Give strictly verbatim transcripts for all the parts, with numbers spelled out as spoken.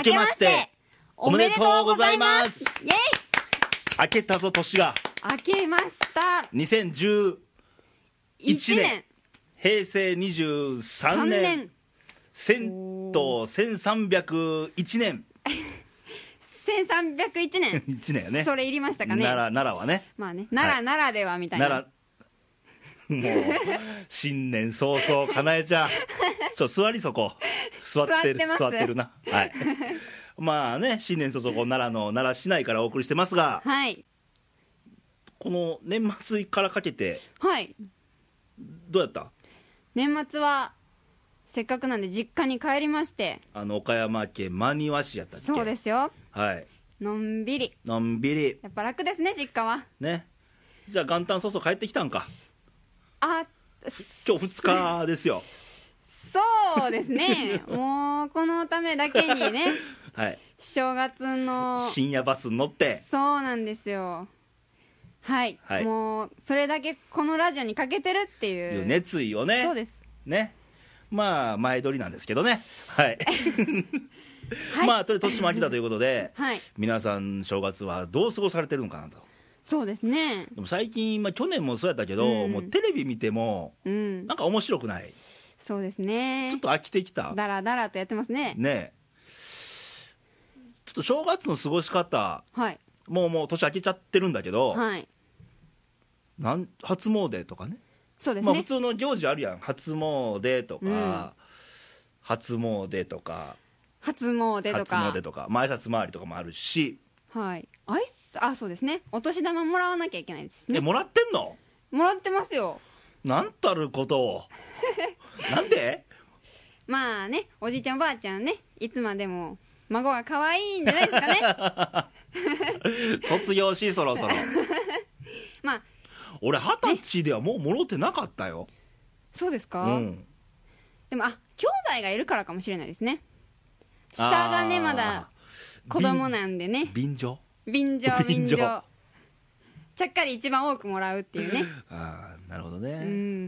けましておめでとうございます。 イエイ。 明けたぞ年が。 明けました。 にせんじゅういちねん、へいせいにじゅうさんねん、千とせんさんびゃくいちねんせんさんびゃくいちねんいちねんやね。 それいりましたかね。 奈良奈良はね、 まあね、奈良ならではみたいな。 奈良もう新年早々かなえちゃんちょ座り、そこ座ってる、座ってるな。はいまあね、新年早々こう奈良の奈良市内からお送りしてますが、 はい、 この年末からかけてはいどうやった？ 年末はせっかくなんで実家に帰りまして、 あの岡山県真庭市やったっけ？ そうですよ。 はい、 のんびりのんびりやっぱ楽ですね、実家はね。じゃあ元旦早々帰ってきたんか。 あ、 今日ふつかですよ。 そうですねもうこのためだけにねはい、 正月の深夜バスに乗って。 そうなんですよ。はい、はい、もうそれだけこのラジオにかけてるっていういう熱意をね。 そうですね。まあ前撮りなんですけどね。はいはい、まあとりあえず年も明けたということで、はい、皆さん正月はどう過ごされてるのかなと。 そうですね。 でも最近、まあ、去年もそうやったけど、うん、もうテレビ見ても、うん、なんか面白くない。 そうですね。 ちょっと飽きてきた。 だらだらとやってますね。 ね。ちょっと正月の過ごし方、はい、もうもう年明けちゃってるんだけど、はい、なん初詣とかね。 そうですね。 まあ、普通の行事あるやん。初詣とか、うん、初詣とか初詣とか初詣とか、まあ、挨拶回りとかもあるし、 はい、あいあそうですね。お年玉もらわなきゃいけないですね。 え、もらってんの？ もらってますよ。 なんたることをなんで？ まあね、おじいちゃんおばあちゃんね、いつまでも孫は可愛いんじゃないですかね卒業しそろそろまあ俺二十歳ではもうもろってなかったよ。 そうですか、うん、でもあ兄弟がいるからかもしれないですね。下がねまだ子供なんでね。 便乗便乗便乗ちゃっかり一番多くもらうっていうね。 ああなるほどね、うん、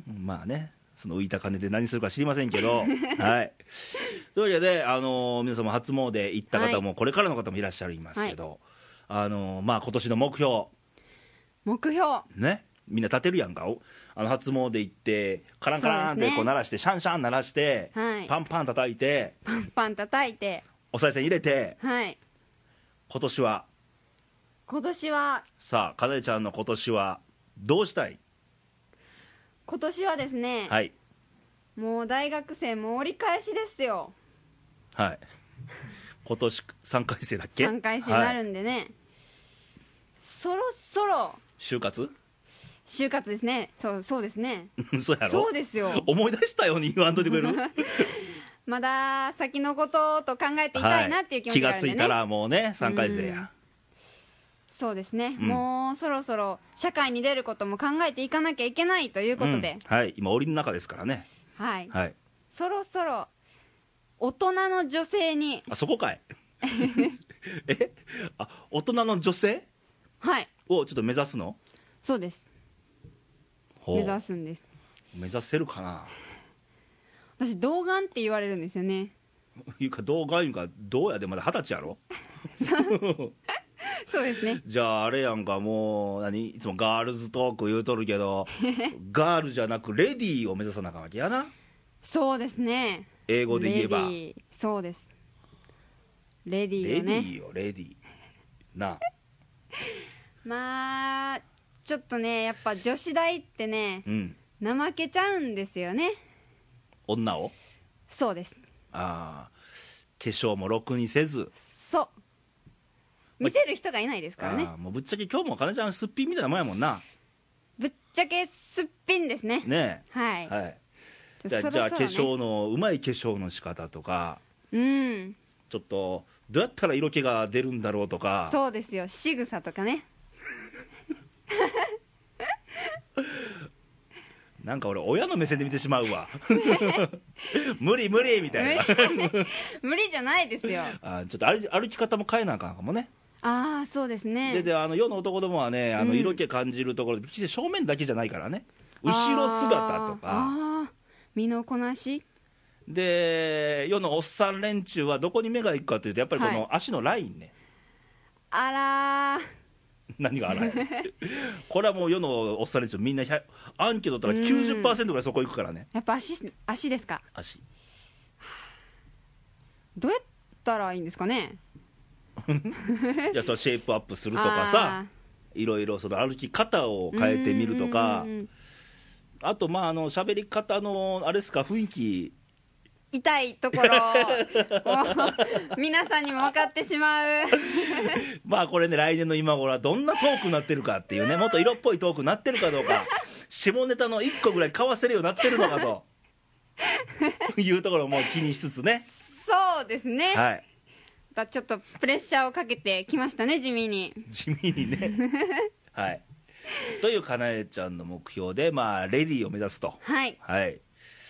まあね、その浮いた金で何するか知りませんけどはいというわけで、あのー、皆さんも初詣行った方も、はい、これからの方もいらっしゃいますけど、はい、あのー、まあ今年の目標目標ね、みんな立てるやんか。あの初詣行ってカランカランってこう鳴らして、ね、シャンシャン鳴らして、はい、パンパン叩いてパンパン叩いてお賽銭入れて、 はい、 今年は今年はさあかなえちゃんの今年はどうしたい？ 今年はですね、はい、もう大学生も折り返しですよ。 はい今年さんかい生だっけ？ さんかい生になるんでね、はい、そろそろ就活就活ですね。そうそうですねそうやろ。 そうですよ。 思い出したように言わんといてくれるまだ先のことと考えていたいなっていう気持ちがあるんでね、はい、 気がついたらもうねさんかい生や。 そうですね、うん、もうそろそろ社会に出ることも考えていかなきゃいけないということで、 うん、はい今檻の中ですからね、 はい、はい、そろそろ大人の女性にあそこかいえあ大人の女性、 はい、 をちょっと目指すの？ そうです、目指すんです。 目指せるかな。 私童顔って言われるんですよね。 いうか童顔いうかどうやでまだ二十歳やろそうですね。 じゃああれやんか、もう何いつもガールズトーク言うとるけどガールじゃなくレディーを目指さなあかんわけやな。 そうですね、 英語で言えばレディー。そうです、レディーをね。 レディーよレディーなまあちょっとねやっぱ女子大ってね、うん、怠けちゃうんですよね、 女を。 そうです。 ああ化粧もろくにせず、 そう見せる人がいないですからね。 あもうぶっちゃけ今日もかなちゃんすっぴんみたいなもんやもんな。 ぶっちゃけすっぴんですね。 ねえ、はい、 はい、じゃあ、じゃあ化粧のうまい化粧の仕方とか、うん、ちょっとどうやったら色気が出るんだろうとか。 そうですよ、仕草とかねなんか俺親の目線で見てしまうわ無理無理みたいな無理じゃないですよ。 あちょっと歩歩き方も変えなあかんかもね。 ああそうですね。 でであの世の男どもはねあの色気感じるところ、うん、正面だけじゃないからね、後ろ姿とかああ身のこなしで世のおっさん連中はどこに目がいくかというとやっぱりこの足のラインね、 あらー何があらいこれはもう世のおっさん連中みんなアンケート取ったら きゅうじゅっパーセント ぐらいそこ行くからね。 やっぱ足足ですか。 足どうやったらいいんですかねいやそれシェイプアップするとかさ、いろいろその歩き方を変えてみるとか、あとまああの喋り方のあれですか、雰囲気痛いところ皆さんにも分かってしまうまあこれね、来年の今頃はどんなトークになってるかっていうね、もっと色っぽいトークになってるかどうか、下ネタのいっこぐらいかわせるようになってるのかというところも気にしつつね。 そうですね、 はい、 だちょっとプレッシャーをかけてきましたね、地味に地味にねはいというかなえちゃんの目標で、まあレディーを目指すと。 はい、 はい、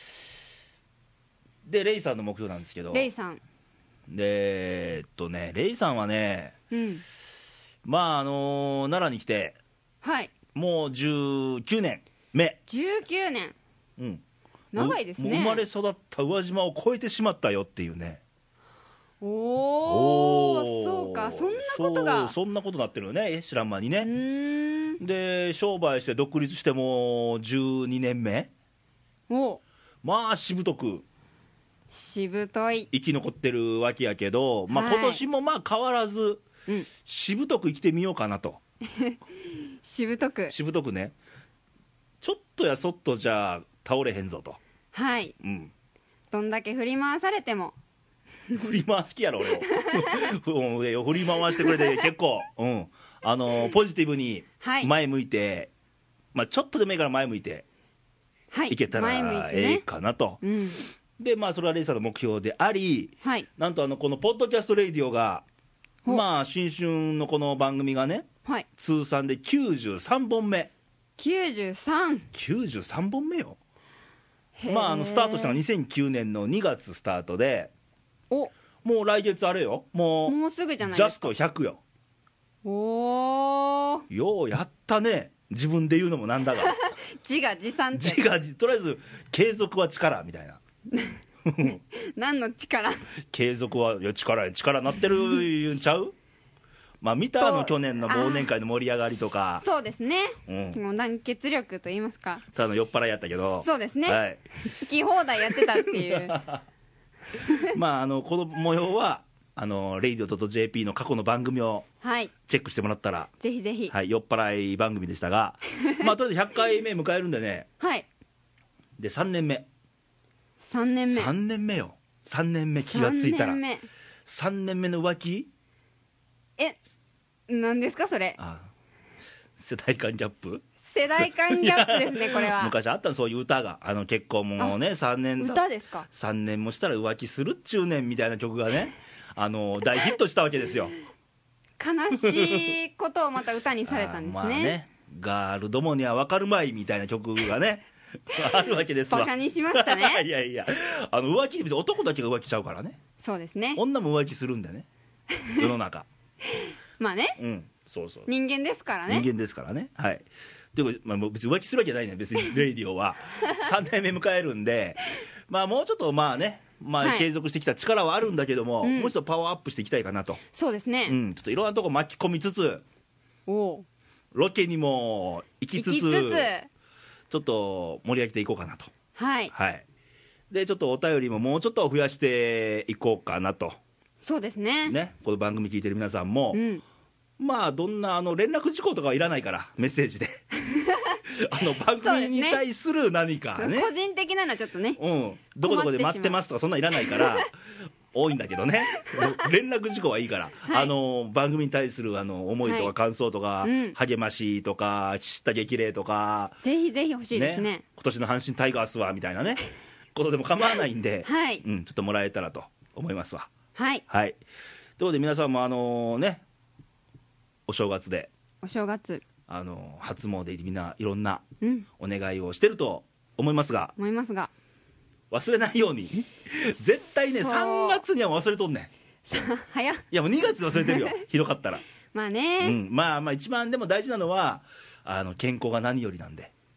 でレイさんの目標なんですけど、 レイさんでえっとねレイさんはね、 うん、 まああのー奈良に来て、 はい、 もうじゅうきゅうねんめ、 じゅうきゅうねん、 うん、 長いですね。 もう生まれ育った宇和島を越えてしまったよっていうね。 おお、そうか、そんなことが、 そうそんなことなってるよね、知らん間にね。 うーん、 で商売して独立してもじゅうにねんめ、 おまあしぶとくしぶとい生き残ってるわけやけど、まあ、 はい今年もまあ変わらず、 うん、 しぶとく生きてみようかなとしぶとくしぶとくね、ちょっとやそっとじゃ倒れへんぞと、 はい、 うん、 どんだけ振り回されても振り回す気やろ俺を振り回してくれて結構、うん、あのポジティブに前向いて、はい、まあ、ちょっとでもいいから前向いて、はい、いけたらええかなと、うん、でまあそれはレイさんの目標であり、 はい、 なんとあのこのポッドキャストレイディオがまあ新春のこの番組がね、はい、通算できゅうじゅうさんぼんめ、 きゅうじゅうさんきゅうじゅうさんぼんめよ。まああのスタートしたのがにせんきゅうねんのにがつスタートで、 おもう来月あれよ、もうもうすぐじゃないですか、 ジャストひゃくよ。 おお、 ようやったね、自分で言うのもなんだが自画自賛って自画自とりあえず継続は力みたいな何の力継続はいや力や力なってる言うんちゃうまあ見たの去年の忘年会の盛り上がりとか、 そうですね、 うん、 もう団結力と言いますか、 ただの酔っ払いやったけど、 そうですね、 はい、 好き放題やってたっていうまああのこの模様はあの レイディオ ドット ジェーピー の過去の番組をチェックしてもらったら、はい、 ぜひぜひ、 はい、酔っ払い番組でしたがまあとりあえずひゃっかいめ迎えるんでね、 はい、 でさんねんめさんねんめさんねんめよ、さんねんめ気がついたらさんねんめさんねんめの浮気、 え、何ですかそれ、 ああ世代間ギャップ世代間ギャップですねこれは昔あったのそういう歌が、あの結婚もねさんねん歌ですか、 さんねんもしたら浮気するっちゅうねんみたいな曲がねあの大ヒットしたわけですよ悲しいことをまた歌にされたんですねまあね、ガールどもには分かるまいみたいな曲がねあるわけですわ。 バカにしましたねいやいや、あの浮気別に男だけが浮気ちゃうからね。 そうですね、 女も浮気するんだよね世の中まあね、 うん、そうそう、 人間ですからね、 人間ですからね、はい。でも、まあ、別に浮気するわけじゃないね、別にレイディオはさんねんめ迎えるんで、まあもうちょっとまあね、まあ、 はい、 継続してきた力はあるんだけども、うん、もうちょっとパワーアップしていきたいかなと。 そうですね、 うん、ちょっといろんなとこ巻き込みつつ、 おロケにも行きつつ、 行きつつちょっと盛り上げていこうかなと。 はい、 はい、でちょっとお便りももうちょっと増やしていこうかなと。 そうですね、 ね、この番組聞いてる皆さんも、 うん、 まあどんなあの連絡事項とかはいらないからメッセージであの番組に対する何かね、 個人的なのはちょっとね、 うん、どこどこで待ってますとかそんなんいらないから多いんだけどね連絡事項はいいから、はい、あの番組に対するあの思いとか感想とか、はい、うん、励ましとか知った激励とかぜひぜひ欲しいですね、 ね、今年の阪神タイガースはみたいなねことでも構わないんで、 はい、 うん、ちょっともらえたらと思いますわ。 はい、 はい、ということで皆さんもあのねお正月でお正月あの初詣でみんないろんなうん、 お願いをしてると思いますが、 思いますが忘れないように絶対ねさんがつには忘れとんねん早っ、 いやもうにがつで忘れてるよひどかったらまあね、 うん、まあまあ一番でも大事なのはあの健康が何よりなんで、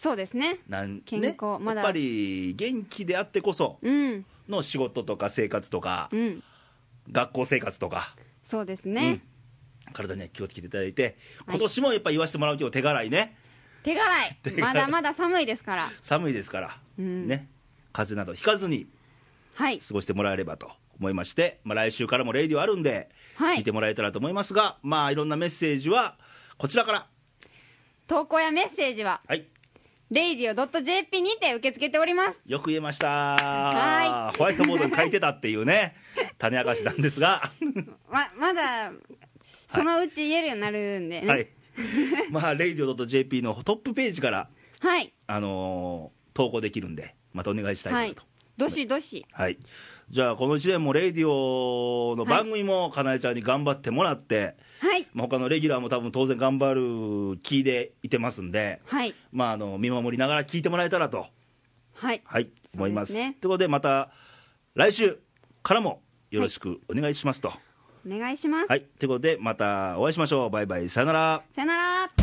そうですね、 なん健康ね、 まだやっぱり元気であってこそうんの仕事とか生活とか、 うん学校生活とか、 そうですね、 うん、体には気をつけていただいて、 はい今年もやっぱり言わせてもらうけど手洗いね、 手洗い手洗いまだまだ寒いですから寒いですから、 うんね、風邪などひかずにはい過ごしてもらえればと思いまして、まあ、来週からもレイディオあるんで、 はい聞いてもらえたらと思いますが、まあいろんなメッセージはこちらから、 投稿やメッセージははい、 レイディオ ドットジェーピー にて受け付けております。 よく言えましたはホワイトボードに書いてたっていうね種明かしなんですがままだそのうち言えるようになるんでね。 はいまあ レイディオ ドットジェーピー のトップページからはいあのー投稿できるんで、またお願いしたいなと、 はいどしどしはい、じゃあこのいちねんもレイディオの番組もかなえちゃんに頑張ってもらって、 はいまあ、他のレギュラーも多分当然頑張る気でいてますんで、 はいまあ、あの見守りながら聞いてもらえたらと、 はいはい、思います。 そうですねということでまた来週からもよろしくお願いしますと、 お願いします。 はい、ということでまたお会いしましょう。バイバイ、さよなら。 さよなら。